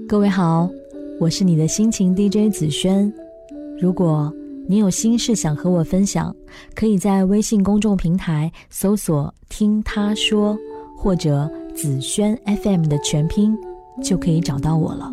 各位好，我是你的心情 DJ 子轩。如果你有心事想和我分享，可以在微信公众平台搜索听他说，或者子轩 FM 的全拼，就可以找到我了。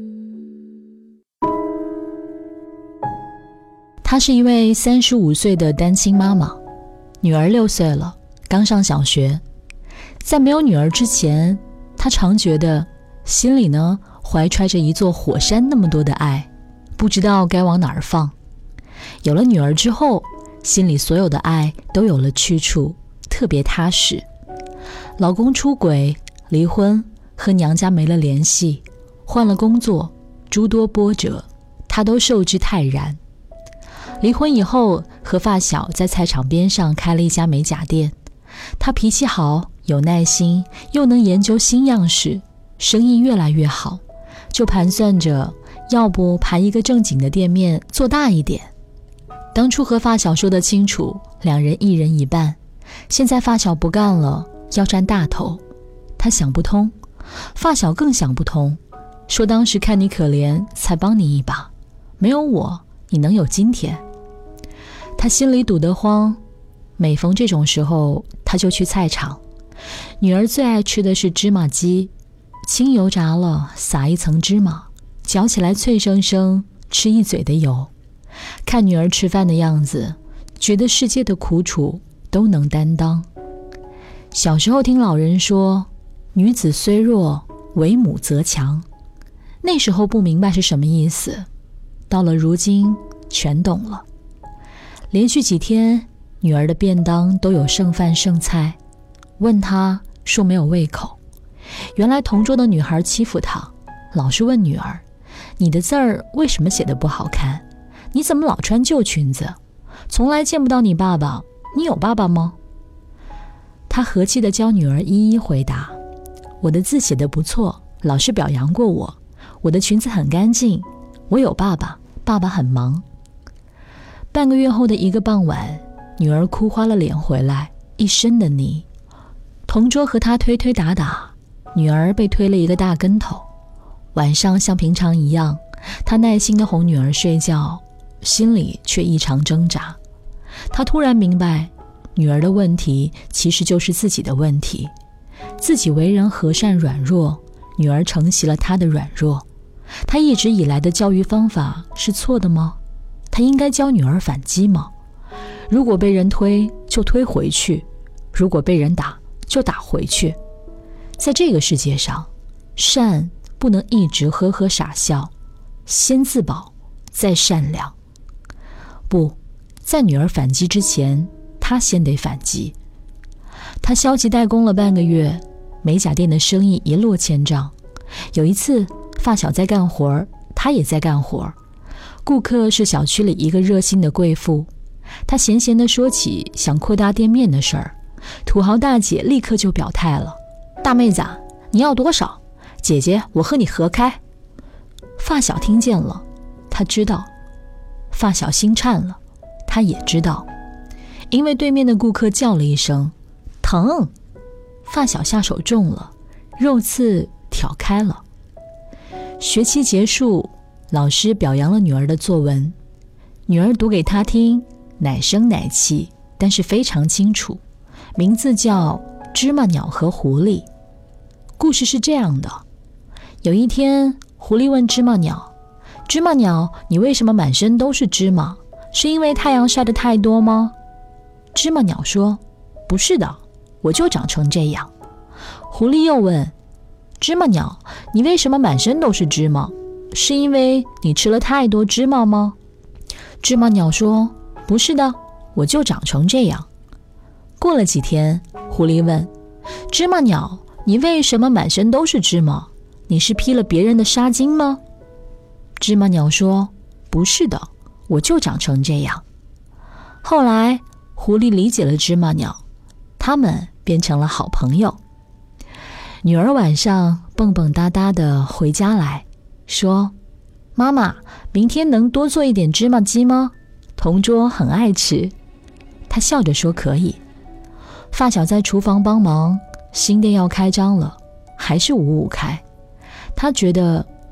她是一位35岁的单亲妈妈，女儿6岁了，刚上小学。在没有女儿之前，她常觉得心里呢怀揣着一座火山那么多的爱，不知道该往哪儿放。有了女儿之后，心里所有的爱都有了去处，特别踏实。老公出轨、离婚，和娘家没了联系，换了工作，诸多波折，她都受之泰然。离婚以后，和发小在菜场边上开了一家美甲店。她脾气好，有耐心，又能研究新样式，生意越来越好，就盘算着要不盘一个正经的店面做大一点。当初和发小说得清楚，两人一人一半，现在发小不干了，要占大头。他想不通，发小更想不通，说当时看你可怜才帮你一把，没有我你能有今天？他心里堵得慌，每逢这种时候他就去菜场。女儿最爱吃的是芝麻鸡，清油炸了，撒一层芝麻，嚼起来脆生生，吃一嘴的油。看女儿吃饭的样子，觉得世界的苦楚都能担当。小时候听老人说，女子虽弱，为母则强。那时候不明白是什么意思，到了如今全懂了。连续几天，女儿的便当都有剩饭剩菜，问她说没有胃口。原来同桌的女孩欺负她，老是问女儿，你的字儿为什么写得不好看？你怎么老穿旧裙子？从来见不到你爸爸，你有爸爸吗？她和气地教女儿一一回答，我的字写得不错，老师表扬过我，我的裙子很干净，我有爸爸，爸爸很忙。半个月后的一个傍晚，女儿哭花了脸回来，一身的泥。同桌和她推推打打，女儿被推了一个大跟头。晚上像平常一样，她耐心地哄女儿睡觉，心里却异常挣扎。她突然明白，女儿的问题其实就是自己的问题，自己为人和善软弱，女儿承袭了她的软弱。她一直以来的教育方法是错的吗？她应该教女儿反击吗？如果被人推就推回去，如果被人打就打回去。在这个世界上，善不能一直呵呵傻笑，先自保再善良。不，在女儿反击之前，她先得反击。她消极怠工了半个月，美甲店的生意一落千丈。有一次，发小在干活，她也在干活。顾客是小区里一个热心的贵妇，她闲闲地说起想扩大店面的事儿，土豪大姐立刻就表态了，大妹子，你要多少？姐姐，我和你合开。发小听见了，他知道。发小心颤了，他也知道，因为对面的顾客叫了一声疼，发小下手重了，肉刺挑开了。学期结束，老师表扬了女儿的作文，女儿读给他听，奶声奶气，但是非常清楚，名字叫芝麻鸟和狐狸。故事是这样的，有一天，狐狸问芝麻鸟，芝麻鸟，你为什么满身都是芝麻？是因为太阳晒得太多吗？芝麻鸟说，不是的，我就长成这样。狐狸又问，芝麻鸟，你为什么满身都是芝麻？是因为你吃了太多芝麻吗？芝麻鸟说，不是的，我就长成这样。过了几天，狐狸问，芝麻鸟，你为什么满身都是芝麻？你是披了别人的纱巾吗？芝麻鸟说，不是的，我就长成这样。后来，狐狸理解了芝麻鸟，他们变成了好朋友。女儿晚上蹦蹦哒哒地回家来，说，妈妈，明天能多做一点芝麻鸡吗？同桌很爱吃。她笑着说可以。发小在厨房帮忙，新店要开张了，还是五五开。他觉得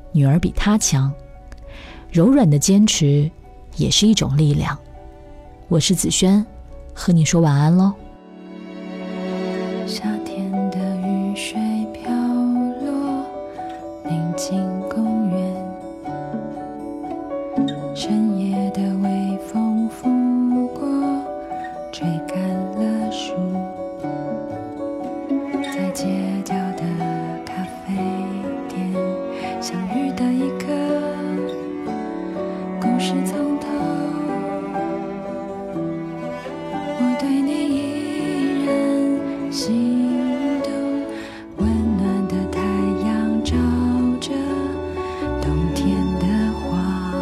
女儿比他强，柔软的坚持也是一种力量。我是子轩，和你说晚安咯。 夏天的雨水飘落，宁静公园，深夜的微风拂过，吹干了树，在街角的咖啡店相遇的一刻，故事从头，我对你依然心动，温暖的太阳照着冬天的花，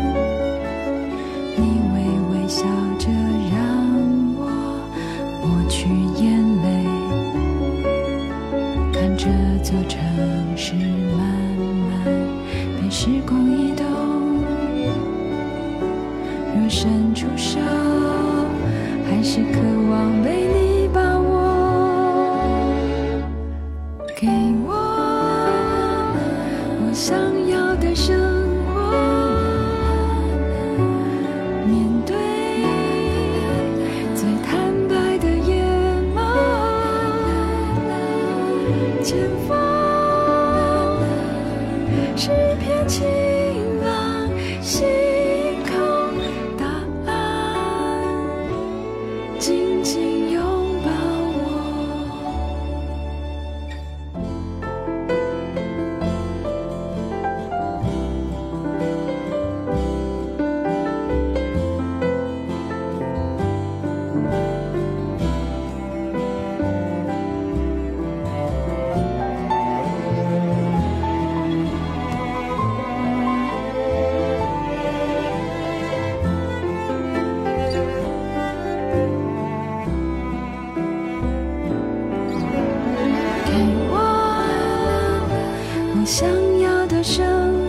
你微微笑着让我抹去眼泪，看这座城市慢慢被时光移动，若伸出手还是渴望被你把握，给我想要的生活，面对最坦白的野猫，前方是片晴朗星空，答案紧紧拥抱我。给我想要的生